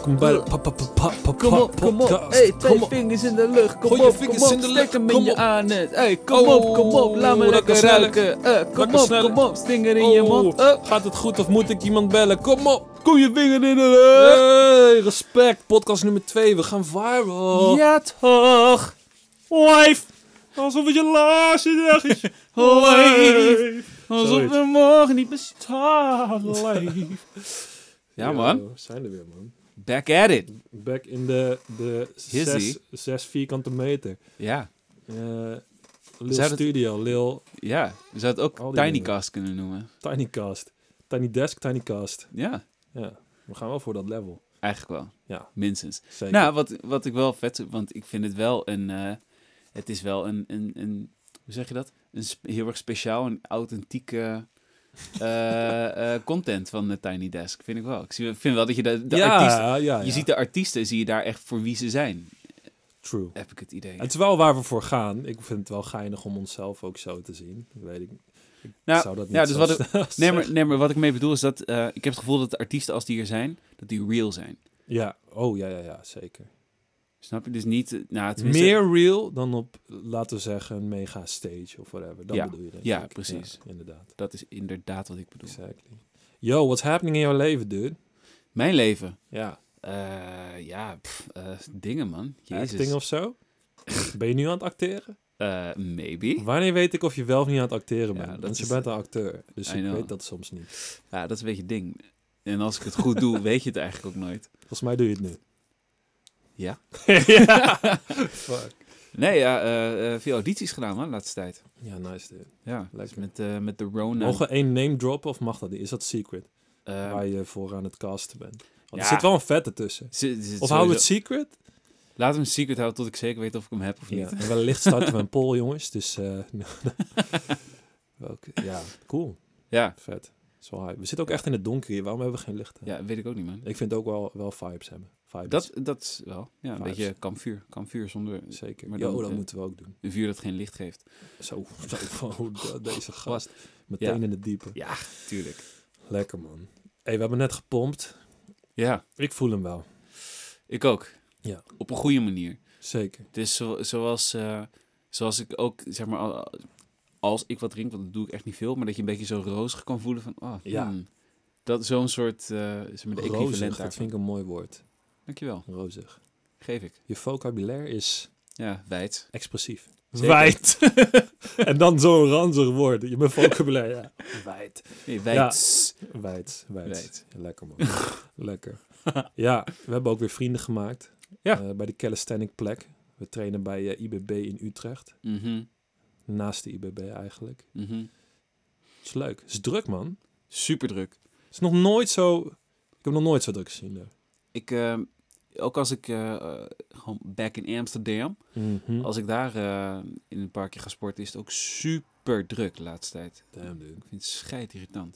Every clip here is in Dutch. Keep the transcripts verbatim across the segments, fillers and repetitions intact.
Kom bij de papa papa papa Kom op, kom op. Hey, twee vingers in de lucht. Kom op, kom op. Steek hem in je anus. Hey, kom op, kom op. Laat me lekker ruiken. Uh, kom op, kom op. Stinger in je mond. Uh. Gaat het goed of moet ik iemand bellen? Kom op. Kom je vinger in de lucht. Hey, respect. Podcast nummer twee. We gaan viral. Ja, toch. Live. Alsof het je laatste dag is. Live. Alsof we morgen niet bestaan. Live. Ja, man. Yo, zijn er weer, man. Back at it. Back in de, de zes, zes vierkante meter. Ja. Uh, Lil Zou Studio, het... Lil... Ja, we zouden het ook Tinycast kunnen noemen. Tinycast. Tiny Desk, Tinycast. Ja. Ja, we gaan wel voor dat level. Eigenlijk wel. Ja. Minstens. Zeker. Nou, wat, wat ik wel vet... Want ik vind het wel een... Uh, het is wel een, een, een... Hoe zeg je dat? Een sp- heel erg speciaal en authentieke... uh, uh, content van de Tiny Desk, vind ik wel. Ik vind wel dat je de, de ja, artiesten... Ja, ja. Je ziet de artiesten, zie je daar echt voor wie ze zijn. True. Heb ik het idee. Het is wel waar we voor gaan. Ik vind het wel geinig om onszelf ook zo te zien. Ik weet ik, ik nou, zou dat niet ja, dus zo wat ik, nee, maar, nee, maar wat ik mee bedoel is dat... Uh, ik heb het gevoel dat de artiesten als die hier zijn, dat die real zijn. Ja, oh ja, ja, ja, zeker. Snap je? Dus niet... Nou, tenminste... Meer real dan op, laten we zeggen, een mega stage of whatever. Dat ja, bedoel je denk ja, ik. precies. Ja, inderdaad. Dat is inderdaad wat ik bedoel. Exactly. Yo, what's happening in jouw leven, dude? Mijn leven? Ja. Uh, ja, pff, uh, dingen, man. Jezus. Acting of zo? Ben je nu aan het acteren? Uh, maybe. Wanneer weet ik of je wel of niet aan het acteren bent? Ja, Want je is... bent een acteur, dus ik weet dat soms niet. Ja, dat is een beetje het ding. En als ik het goed doe, weet je het eigenlijk ook nooit. Volgens mij doe je het nu. Ja? ja. Fuck. Nee, ja, uh, uh, veel audities gedaan, man, de laatste tijd. Ja, nice, dude. Ja, dus met, uh, met de Rona. Mogen we één name droppen of mag dat niet? Is dat secret? Uh, waar je voor aan het casten bent. Want ja, er zit wel een vette tussen. Zit, zit of houden we het secret? Laten we een secret houden tot ik zeker weet of ik hem heb of niet. Ja, en wellicht starten we een poll, jongens. Dus, uh, welke, ja, cool. Ja. Vet. Zo high. We zitten ook echt in het donker hier. Waarom hebben we geen licht? Ja, weet ik ook niet, man. Ik vind ook wel, wel vibes hebben. Vibes. Dat, dat is wel. Ja, een vibes. Beetje kampvuur. Kampvuur zonder... Zeker. Maar dan, Yo, dat uh, moeten we ook doen. Een vuur dat geen licht geeft. Zo, zo van deze gast. Meteen ja. in het diepe. Ja, tuurlijk. Lekker, man. Hey, we hebben net gepompt. Ja. Ik voel hem wel. Ik ook. Ja. Op een goede manier. Zeker. Het is zo, zoals, uh, zoals ik ook, zeg maar, als ik wat drink, want dat doe ik echt niet veel, maar dat je een beetje zo rozig kan voelen van, oh, ja. Hmm, dat zo'n soort, uh, zeg maar, de equivalent rozig, daarvan. dat vind ik een mooi woord. Dankjewel. Rozig. Geef ik. Je vocabulaire is... Ja, wijd. Expressief. Zeker. Wijd. En dan zo'n ranzig woord. Je bent vocabulaire, ja. Wijd. Nee, wijd. Ja. Wijd. Wijd. Wijd. Ja, lekker, man. Lekker. Ja, we hebben ook weer vrienden gemaakt. Ja. Uh, bij de calisthenic plek. We trainen bij uh, I B B in Utrecht. Mm-hmm. Naast de I B B eigenlijk. Mm-hmm. Het is leuk. Het is druk, man. Super druk. Het is nog nooit zo... Ik heb nog nooit zo druk gezien. Daar. Ik, uh, ook als ik uh, uh, gewoon back in Amsterdam, mm-hmm. als ik daar uh, in een parkje ga sporten, is het ook super druk de laatste tijd. Damn, dude. Ik vind het scheidirritant.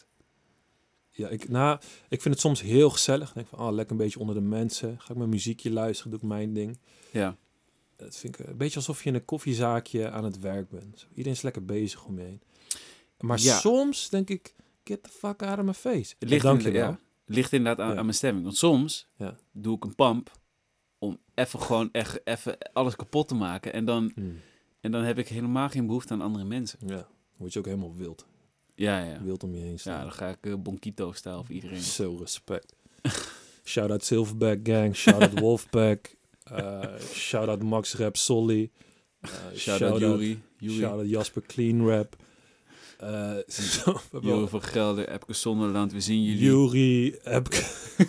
Ja, ik, nou, ik vind het soms heel gezellig. Ik denk van, oh, lekker een beetje onder de mensen. Ga ik mijn muziekje luisteren, doe ik mijn ding. Ja. Dat vind ik een beetje alsof je in een koffiezaakje aan het werk bent. Iedereen is lekker bezig om je heen. Maar ja. soms denk ik, get the fuck out of my face. Het ligt, dank je ja, wel. Het ligt inderdaad aan, ja. aan mijn stemming. Want soms ja. doe ik een pump om even gewoon echt even alles kapot te maken. En dan, hmm. en dan heb ik helemaal geen behoefte aan andere mensen. Ja, dan word je ook helemaal wild. Ja, ja. Wild om je heen staan. Ja, dan ga ik uh, Bonkito-stijl voor iedereen. Zo respect. Shout-out Silverback Gang, shout-out Wolfpack, uh, shout-out Max Rap Solly, uh, shout-out Yuri, shout-out Jasper Clean Rap, uh, zo, Juri van Gelder, Epke Zonderland, we zien jullie. Yuri, Epke,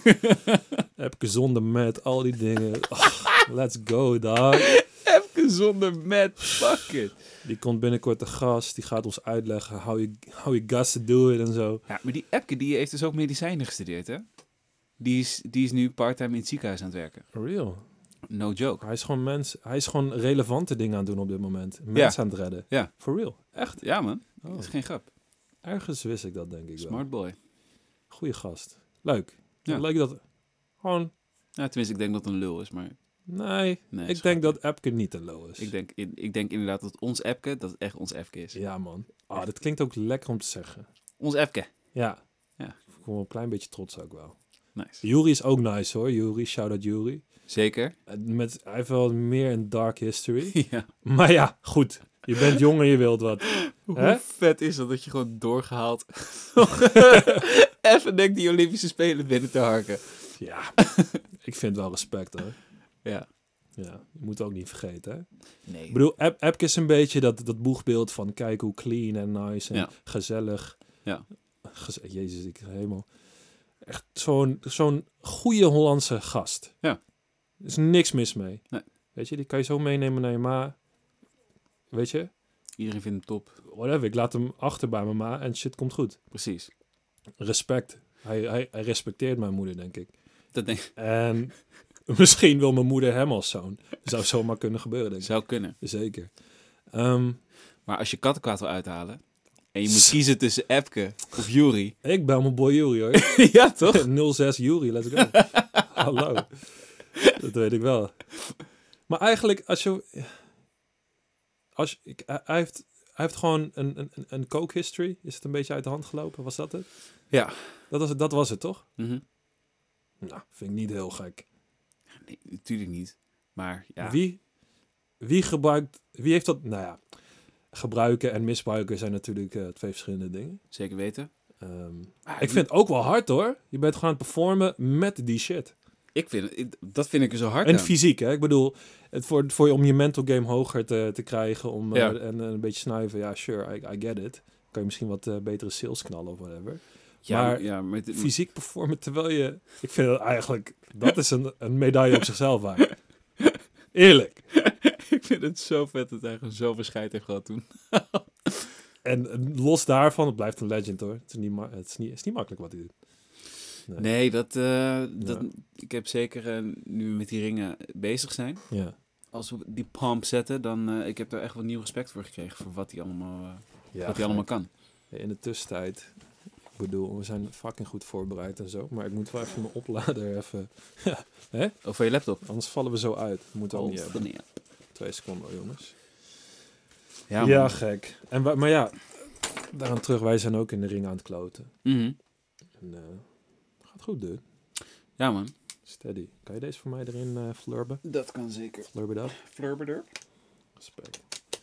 Epke zonder met, al die dingen. Oh, let's go, dog. Epke zonder met, fuck it. Die komt binnenkort te gast, die gaat ons uitleggen how you, how you got to do it en zo. Ja, maar die Epke, die heeft dus ook medicijnen gestudeerd, hè? Die is, die is nu part-time in het ziekenhuis aan het werken. Real. No joke. Hij is gewoon mens, hij is gewoon relevante dingen aan het doen op dit moment. Mensen ja. aan het redden. Ja. For real. Echt? Ja, man. Oh. Dat is geen grap. Ergens wist ik dat, denk ik wel. Smart boy. Goeie gast. Leuk. Ja. Leuk dat... Gewoon... Ja, tenminste, ik denk dat het een lul is, maar... Nee, nee ik denk dat Epke niet een lul is. Ik denk, ik denk inderdaad dat ons Epke, dat het echt ons Epke is. Ja, man. Ah, dat klinkt ook lekker om te zeggen. Ons Epke. Ja. Ja. Ik voel me een klein beetje trots ook wel. Nice. Yuri is ook nice hoor. Yuri, shout-out Yuri. Zeker. Met, hij heeft wel meer een dark history. Ja. Maar ja, goed. Je bent jong en je wilt wat. Hoe Hè? vet is dat dat je gewoon doorgehaald... Even denk die Olympische Spelen binnen te harken. Ja, ik vind wel respect hoor. Ja. Ja, je moet ook niet vergeten hè. Nee. Ik bedoel, Ep- Epke is een beetje dat, dat boegbeeld van kijk hoe clean en nice en Ja. gezellig. Ja. Gez- Jezus, ik helemaal... Echt zo'n zo'n goede Hollandse gast. Ja. Er is niks mis mee. Nee. Weet je, die kan je zo meenemen naar je ma. Weet je, Iedereen vindt hem top. whatever, ik laat hem achter bij mijn ma en shit komt goed. Precies. Respect. Hij, hij, hij respecteert mijn moeder, denk ik. Dat denk ik. En misschien wil mijn moeder hem als zoon. Zou zomaar kunnen gebeuren, denk ik. Zou kunnen. Zeker. Ehm, Maar als je kattenkwaad wil uithalen... En je moet kiezen tussen Epke of Yuri. ik bel mijn boy Yuri, hoor. Ja, toch? nul zes Yuri, let's go. Hallo. Dat weet ik wel. Maar eigenlijk, als je... Als je ik, hij, hij heeft, hij heeft gewoon een, een, een coke history. Is het een beetje uit de hand gelopen? Was dat het? Ja. Dat was het, dat was het toch? Mhm. Nou, vind ik niet heel gek. Nee, natuurlijk niet. Maar ja. Wie, wie gebruikt... Wie heeft dat... Nou ja, gebruiken en misbruiken zijn natuurlijk uh, twee verschillende dingen. Zeker weten. Um, Maar ik vind het ook wel hard hoor. Je bent gewoon aan het performen met die shit. Ik vind het, ik- dat vind ik er zo hard En aan. fysiek, hè? Ik bedoel, het voor, voor je, om je mental game hoger te, te krijgen om, Ja. uh, en uh, een beetje snuiven. Ja, sure, I, I get it. Kan je misschien wat uh, betere sales knallen of whatever. Ja, maar ja, maar het- Fysiek performen terwijl je... Ik vind het eigenlijk... Dat is een, een medaille op zichzelf waard. Eerlijk. ik vind het zo vet dat hij gewoon zoveel scheid heeft gehad toen. En uh, los daarvan, het blijft een legend hoor. Het is niet, ma- het is niet, het is niet makkelijk wat hij doet. Nee. Nee, dat, uh, dat, Ja. ik heb zeker uh, nu we met die ringen bezig zijn. Ja. Als we die pump zetten, dan uh, ik heb daar echt wat nieuw respect voor gekregen voor wat hij allemaal, uh, Ja, wat hij allemaal kan. in de tussentijd, ik bedoel, we zijn fucking goed voorbereid en zo. Maar ik moet wel even mijn oplader even... Hè? Of van je laptop. Anders vallen we zo uit. Moet ook Oh, niet hebben. nee. Twee seconden, jongens. Ja, Ja, man. gek. En wa- maar ja, daaraan terug, wij zijn ook in de ring aan het kloten. Mhm. En, uh, gaat goed, dude. Ja, man. Steady. Kan je deze voor mij erin uh, flurben? Dat kan zeker. Flurben dat? Flurberder. Respect.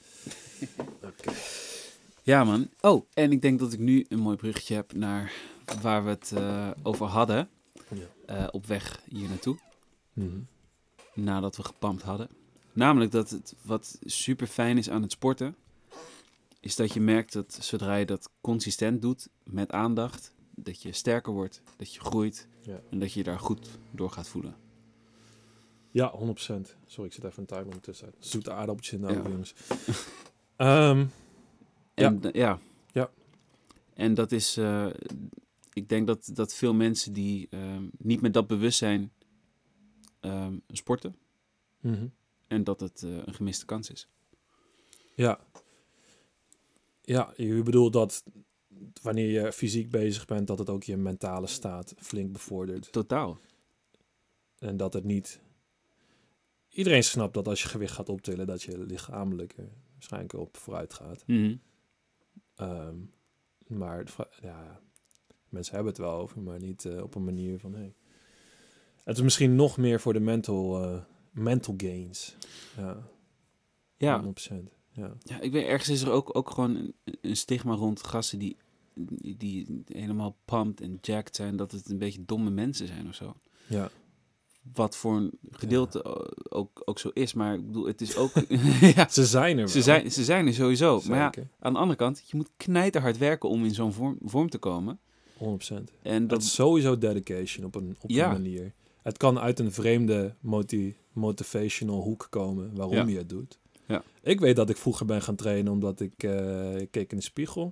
Oké. Ja, man. Oh, en ik denk dat ik nu een mooi bruggetje heb naar waar we het uh, over hadden. Ja. Uh, op weg hier naartoe. Mhm. Nadat we gepampt hadden. Namelijk dat het wat super fijn is aan het sporten, is dat je merkt dat zodra je dat consistent doet, met aandacht, dat je sterker wordt, dat je groeit Ja. en dat je je daar goed door gaat voelen. Ja, honderd procent. Sorry, ik zit even een timer ondertussen. Zoete aardappeltjes in de ogen, Ja. jongens. um, En ja. ja. Ja. En dat is, uh, ik denk dat, dat veel mensen die um, niet met dat bewustzijn um, sporten, mm-hmm. en dat het uh, een gemiste kans is. Ja. Ja, je bedoelt dat wanneer je fysiek bezig bent, dat het ook je mentale staat flink bevordert. Totaal. En dat het niet... Iedereen snapt dat als je gewicht gaat optillen, dat je lichamelijk er waarschijnlijk op vooruit gaat. Mm-hmm. Um, maar ja, mensen hebben het wel over, maar niet uh, op een manier van... Hey. Het is misschien nog meer voor de mental, uh, mental gains. Ja, Ja. honderd procent. Ja. Ja, ik weet, ergens is er ook, ook gewoon een, een stigma rond gasten die, die, die helemaal pumped en jacked zijn, dat het een beetje domme mensen zijn of zo. Ja. Wat voor een gedeelte Ja. ook, ook zo is, maar ik bedoel, het is ook... ja, Ze zijn er wel. ze, zijn, ze zijn er sowieso. Zeker. Maar ja, aan de andere kant, je moet knijterhard werken om in zo'n vorm, vorm te komen. honderd procent. En Dat dat is sowieso dedication op een, op Ja. een manier. Het kan uit een vreemde moti- motivational hoek komen waarom Ja. je het doet. Ja. Ik weet dat ik vroeger ben gaan trainen omdat ik, uh, ik keek in de spiegel.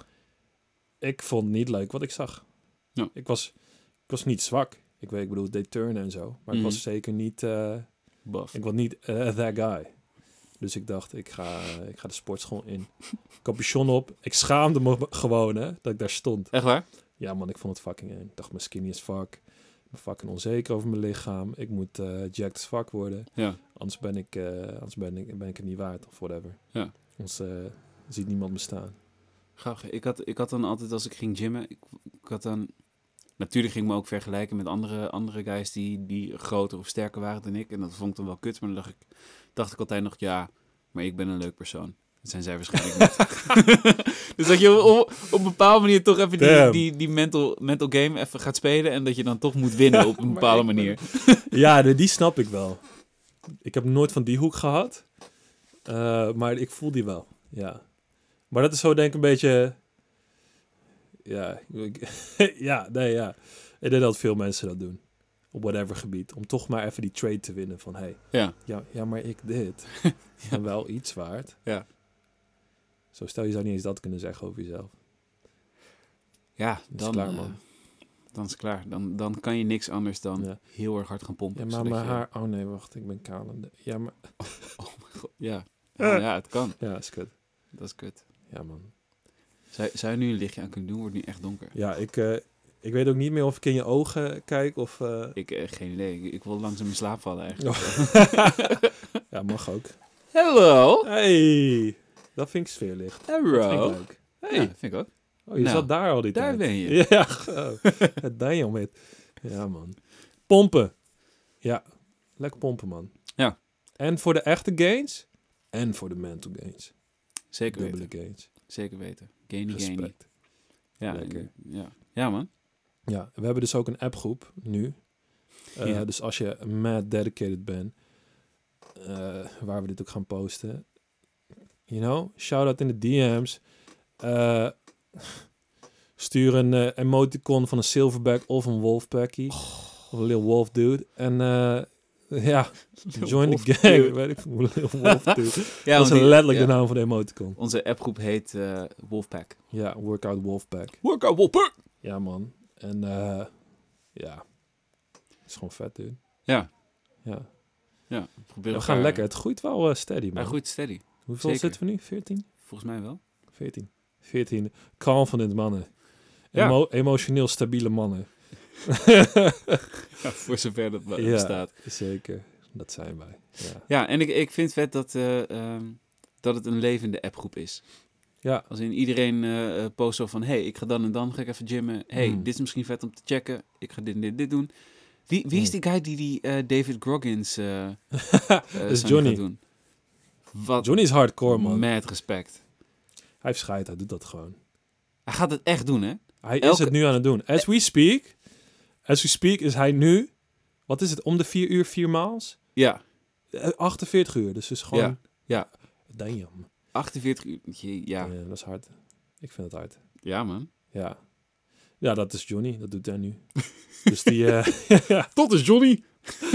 Ik vond niet leuk wat ik zag. Ja. Ik, was, ik was niet zwak. Ik weet, ik bedoel, ik deed turnen en zo. Maar Mhm. ik was zeker niet... Uh, buff. ik was niet uh, that guy. Dus ik dacht, ik ga, uh, ik ga de sportschool in. Capuchon op. Ik schaamde me gewoon, hè, dat ik daar stond. Echt waar? Ja man, ik vond het fucking eng. Ik dacht, mijn skinny as fuck. Ik ben fucking onzeker over mijn lichaam. Ik moet uh, jacked as fuck worden. Ja. Anders ben ik, uh, anders ben ik, ben ik het niet waard of whatever. Ja. Anders uh, ziet niemand me staan. Graag. Ik had, ik had dan altijd, als ik ging gymmen, ik, ik had dan... Natuurlijk ging ik me ook vergelijken met andere, andere guys die, die groter of sterker waren dan ik. En dat vond ik dan wel kut. Maar dan dacht ik, dacht ik altijd nog, ja, maar ik ben een leuk persoon. Dat zijn zij waarschijnlijk niet. Dus dat je op, op een bepaalde manier toch even die, die, die mental, mental game even gaat spelen. En dat je dan toch moet winnen op een bepaalde manier. Ben... Ja, die snap ik wel. Ik heb nooit van die hoek gehad. Uh, maar ik voel die wel, ja. Maar dat is zo denk ik een beetje... Ja, ja, nee, ja. Ik denk dat veel mensen dat doen. Op whatever gebied. Om toch maar even die trade te winnen van... Hey, ja. Ja, ja, maar ik dit. En wel iets waard. Ja. Zo stel je zou niet eens dat kunnen zeggen over jezelf. Ja, dan dan is klaar, uh, man. Dan is klaar. Dan, dan kan je niks anders dan ja. heel erg hard gaan pompen. Ja, maar mijn je... haar... Oh nee, wacht. Ik ben kalende. Ja, maar... Oh, oh mijn god. Ja. Ja, ja, het kan. Ja, is kut. Dat is kut. Ja, man. Zou, zou je nu een lichtje aan kunnen doen? Wordt nu echt donker. Ja, ik, uh, ik weet ook niet meer of ik in je ogen kijk of... Uh... Ik, uh, geen idee. Ik, ik wil langzaam in slaap vallen eigenlijk. Oh. Ja, mag ook. Hallo. Hey. Dat vind ik sfeerlicht. Hallo. Dat vind ik leuk. Hey. Ja, vind ik ook. Oh, je nou, zat daar al die daar tijd. Daar ben je. Ja, het ben je om het. Ja, man. Pompen. Ja, lekker pompen, man. Ja. En voor de echte gains en voor de mental gains. Zeker Dubbele weten. gains. Zeker weten. Gainy, Respect. gainy. Ja, lekker. Ja. ja, man. Ja, we hebben dus ook een appgroep nu. Uh, ja. Dus als je mad dedicated bent, uh, waar we dit ook gaan posten. You know, shout-out in de D M's. Uh, stuur een uh, emoticon van een silverback of een wolfpackie. Oh. Of een little wolf dude. En uh, ja, join the gang. Dude. Weet ik veel, little wolf dude. Ja, dat is die, letterlijk ja. de naam van de emoticon. Onze appgroep heet uh, Wolfpack. Ja, Workout Wolfpack. Workout Wolfpack! Ja, man. En uh, ja, het is gewoon vet, dude. Ja. Ja. Ja, probeer we gaan uh, lekker. Het groeit wel uh, steady, man. Hij groeit steady. Hoeveel Zeker. zitten we nu? veertien? Volgens mij wel. veertien. veertien. Confident mannen. Ja. Emo- emotioneel stabiele mannen. Ja, voor zover dat ja, bestaat. Zeker. Dat zijn wij. Ja, ja en ik, ik vind vet dat, uh, um, dat het een levende appgroep is. Ja. Als in iedereen uh, post zo van... hey, ik ga dan en dan ga ik even gymmen. hey, mm. dit is misschien vet om te checken. Ik ga dit en dit, dit doen. Wie, wie mm. is die guy die die uh, David Goggins uh, uh, is Johnny. gaat doen? Wat Johnny is hardcore, man. Met respect. Hij heeft scheid, hij doet dat gewoon. Hij gaat het echt doen, hè? Hij Elke... is het nu aan het doen. As we speak... As we speak is hij nu... Wat is het? Om de vier uur, vier maals? Ja. achtenveertig uur. Dus is gewoon... Ja. Ja. Damn. achtenveertig uur. Ja. ja. Dat is hard. Ik vind het hard. Ja, man. Ja. Ja, dat is Johnny. Dat doet hij nu. Dus die... Uh, ja. Dat is Johnny.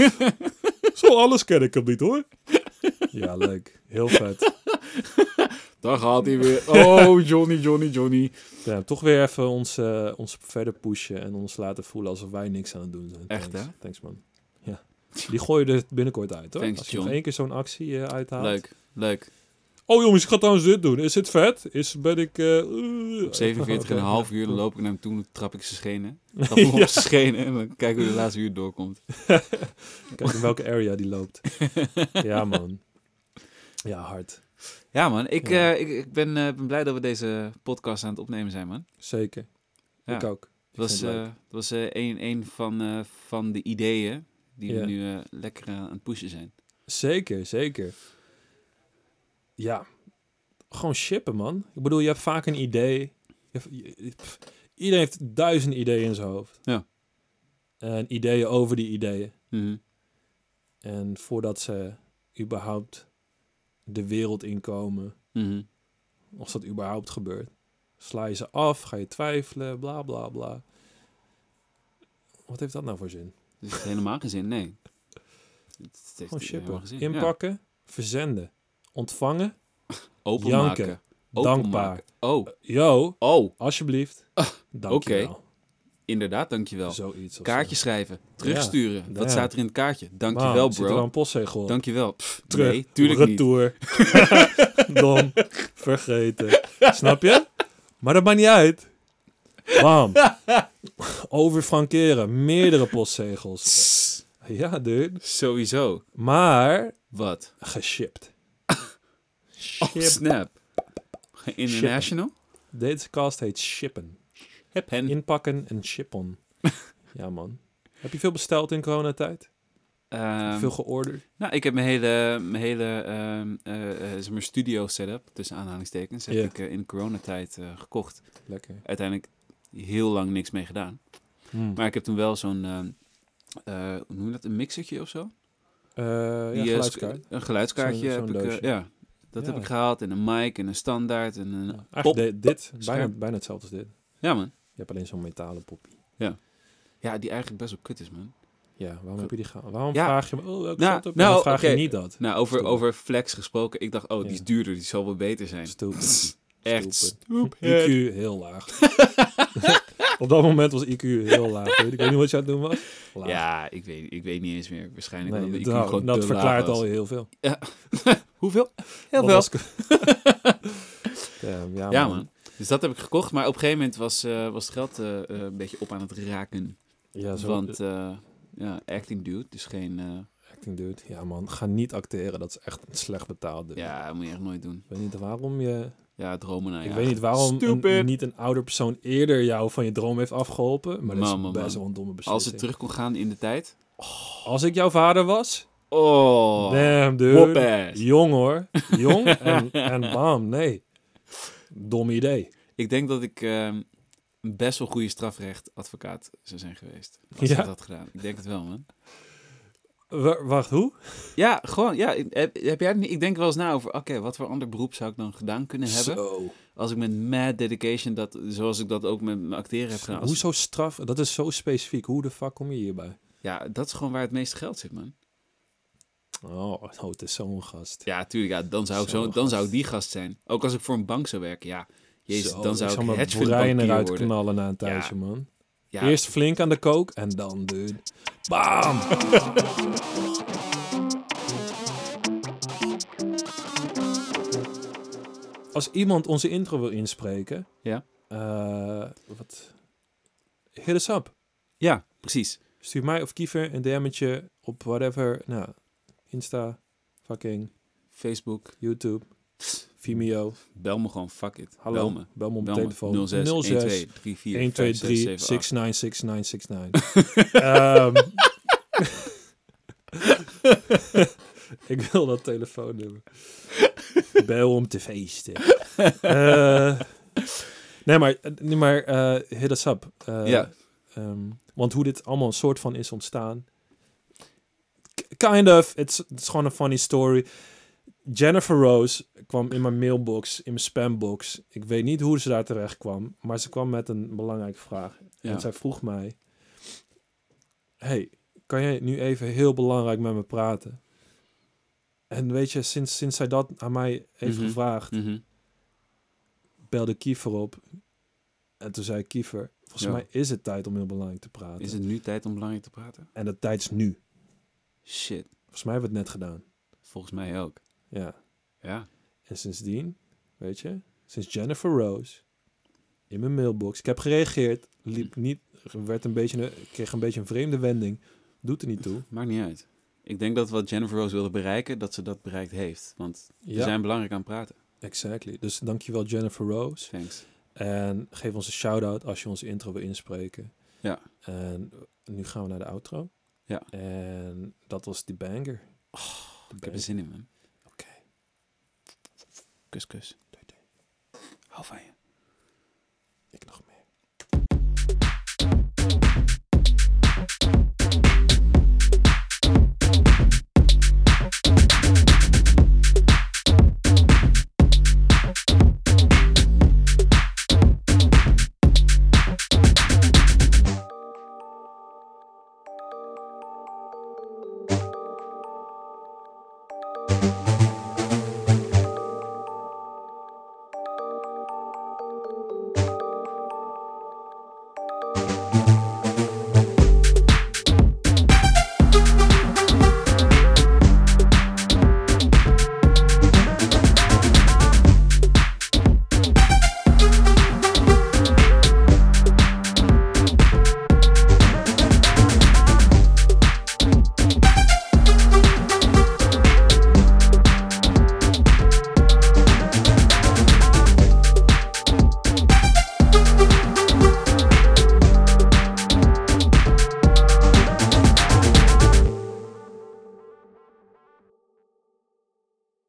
Zo alles ken ik hem niet, hoor. Ja, leuk. Heel vet. Daar gaat hij weer. Oh, Johnny, Johnny, Johnny. Ja, toch weer even ons, uh, ons verder pushen en ons laten voelen alsof wij niks aan het doen zijn. Echt, Thanks. hè? Thanks, man. Ja. Die gooi je er binnenkort uit, hoor. Thanks, Als je John. nog één keer zo'n actie uh, uithaalt. Leuk, leuk. Oh, jongens, ik ga trouwens dit doen. Is het vet? Is, ben ik... Uh, uh, Op zevenenveertig en een half uur dan loop ik naar hem toe en trap ik zijn schenen. Trap hem ja. op zijn schenen en dan kijken we hoe de laatste uur doorkomt. Kijk in welke area die loopt. Ja, man. Ja, hard. Ja, man. Ik, ja. Uh, ik, ik ben, uh, ben blij dat we deze podcast aan het opnemen zijn, man. Zeker. Ja. Ik ook. Ik dat was, uh, dat was uh, een, een van, uh, van de ideeën die ja. we nu uh, lekker uh, aan het pushen zijn. Zeker, zeker. Ja. Gewoon shippen, man. Ik bedoel, je hebt vaak een idee. Je hebt, je, pff, iedereen heeft duizend ideeën in zijn hoofd. Ja. En ideeën over die ideeën. Mm-hmm. En voordat ze überhaupt de wereld inkomen, mm-hmm. als dat überhaupt gebeurt, sla je ze af, ga je twijfelen, bla bla bla. Wat heeft dat nou voor zin? Het heeft helemaal geen zin, nee. Het heeft gewoon shippen, zin. Inpakken, ja. Verzenden, ontvangen, openmaken, janken, dankbaar. Openmaken. Oh, yo, oh, alsjeblieft, uh, dankjewel. Oké, okay. Inderdaad, dankjewel. Zoiets. Kaartje zo. Schrijven, terugsturen. Ja, Wat ja. staat er in het kaartje? Dankjewel, Man, bro. Zit er al een postzegel op? Dankjewel. Pff, Terug, nee, tuurlijk retour. niet. Dom, vergeten. Snap je? Maar dat maakt niet uit. Bam. Overfrankeren, meerdere postzegels. Ja, dude. Sowieso. Maar... Wat? Geshipped. Oh, snap. International? Shippen. Deze cast heet Shippen. Shippen. Inpakken en shippen. Ja, man. Heb je veel besteld in coronatijd? Um, veel georderd? Nou, ik heb mijn hele, mijn hele um, uh, uh, zeg maar studio setup, tussen aanhalingstekens, heb Yeah. ik uh, in coronatijd uh, gekocht. Lekker. Uiteindelijk heel lang niks mee gedaan. Mm. Maar ik heb toen wel zo'n, uh, uh, hoe noem je dat, een mixertje of zo? Uh, ja, Die, uh, geluidskaart. Een geluidskaartje Zo'n- zo'n heb ik, uh, doosje. ja, dat Ja. heb ik gehaald. En een mic en een standaard en een Ja. pop. Eigenlijk de- dit, bijna, Scherp. bijna hetzelfde als dit. Ja, man. Je hebt alleen zo'n metalen poppie. Ja, die eigenlijk best wel kut is, man. Ja, waarom heb je die gehaald? Waarom Ja. vraag je me, oh, welke Nou, setup? nou, en dan vraag oké. je niet dat. Nou, over, Stoer. over flex gesproken. Ik dacht, oh, die Ja. is duurder. Die zal wel beter zijn. Stupid. Echt Stupid. stupid. I Q heel laag. Op dat moment was I Q heel laag. Weet Ik weet niet wat je aan het doen was. Laag. Ja, ik weet, ik weet niet eens meer. Waarschijnlijk Nee, omdat ik nou, gewoon dat te verklaart laag was. al heel veel. Hoeveel? Heel Dat veel. was- Damn, ja, Ja, man. man. Dus dat heb ik gekocht. Maar op een gegeven moment was, uh, was het geld uh, uh, een beetje op aan het raken. Ja, zo, Want, uh, ja, acting dude. Dus geen... Uh, acting dude. Ja, man. Ga niet acteren. Dat is echt slecht betaald. Dude. ja, dat moet je echt nooit doen. Ik weet niet waarom je... Ja, dromen naar Ik ja. weet niet waarom Stupid. een, niet een ouder persoon eerder jou van je droom heeft afgeholpen. Maar dat is Man, man, best man. wel een domme Als beslissing. het terug kon gaan in de tijd. Als ik jouw vader was... Oh. Damn, dude. Whoop ass. Jong hoor. Jong en, en bam. Nee. Dom idee. Ik denk dat ik uh, een best wel goede strafrechtadvocaat zou zijn geweest. Als Ja? ik dat had gedaan. Ik denk het wel, man. W- wacht, hoe? Ja, gewoon, ja. Heb, heb jij het niet? Ik denk wel eens na over, oké, okay, wat voor ander beroep zou ik dan gedaan kunnen hebben? Zo. Als ik met mad dedication, dat, zoals ik dat ook met mijn acteren heb gedaan. Als, Hoezo straf? Dat is zo specifiek. Hoe de fuck kom je hierbij? ja, dat is gewoon waar het meeste geld zit, man. Oh, oh het is zo'n gast. Ja, tuurlijk, ja, dan zou ik, Zo zo, dan zou ik die gast zijn. Ook als ik voor een bank zou werken, ja. Jezus, Zo, dan zou ik, ik ik hedge brein hedgefund eruit bankier worden. knallen na een tijdje, Ja. man. Ja, Eerst flink aan de kook en dan, dude. Bam! Als iemand onze intro wil inspreken... Ja. Uh, wat... Hit us up. ja, precies. Stuur mij of Kiefer een D M'tje op whatever. Nou, Insta, fucking, Facebook, YouTube, Vimeo. bel me gewoon, fuck it. Hallo, Bel me. bel me op Bel mijn me. telefoon. nul zes nul zes een twee drie vier een twee vijf zes drie zeven zes acht. negen zes negen zes negen. Ehm, Ik wil dat telefoonnummer. Bel om te feesten. uh, nee, maar, nee, maar uh, hit us up. Uh, Ja. Um, want hoe dit allemaal een soort van is ontstaan. K- kind of. It's, it's gewoon een funny story. Jennifer Rose kwam in mijn mailbox, in mijn spambox. Ik weet niet hoe ze daar terecht kwam. Maar ze kwam met een belangrijke vraag. Ja. En zij vroeg mij... Hey, kan jij nu even heel belangrijk met me praten? En weet je, sinds, sinds zij dat aan mij heeft Mm-hmm. gevraagd... Mm-hmm. belde Kiefer op. En toen zei Kiefer... Volgens Ja. mij is het tijd om heel belangrijk te praten. Is het nu tijd om belangrijk te praten? En de tijd is nu. Shit, Volgens mij hebben we het net gedaan. volgens mij ook. Ja. Ja. En sindsdien, weet je, sinds Jennifer Rose in mijn mailbox, ik heb gereageerd, liep niet, werd een beetje, een, kreeg een beetje een vreemde wending, doet er niet toe. Maakt niet uit. Ik denk dat wat Jennifer Rose wilde bereiken, dat ze dat bereikt heeft. Want we Ja. zijn belangrijk aan het praten. Exactly. Dus dankjewel Jennifer Rose. Thanks. En geef ons een shout-out als je onze intro wil inspreken. Ja. En nu gaan we naar de outro. Ja. En dat was die banger. Oh, ik heb er zin in, man. Oké. Kus, kus. Doei, doei. Hou van je. Ik nog meer.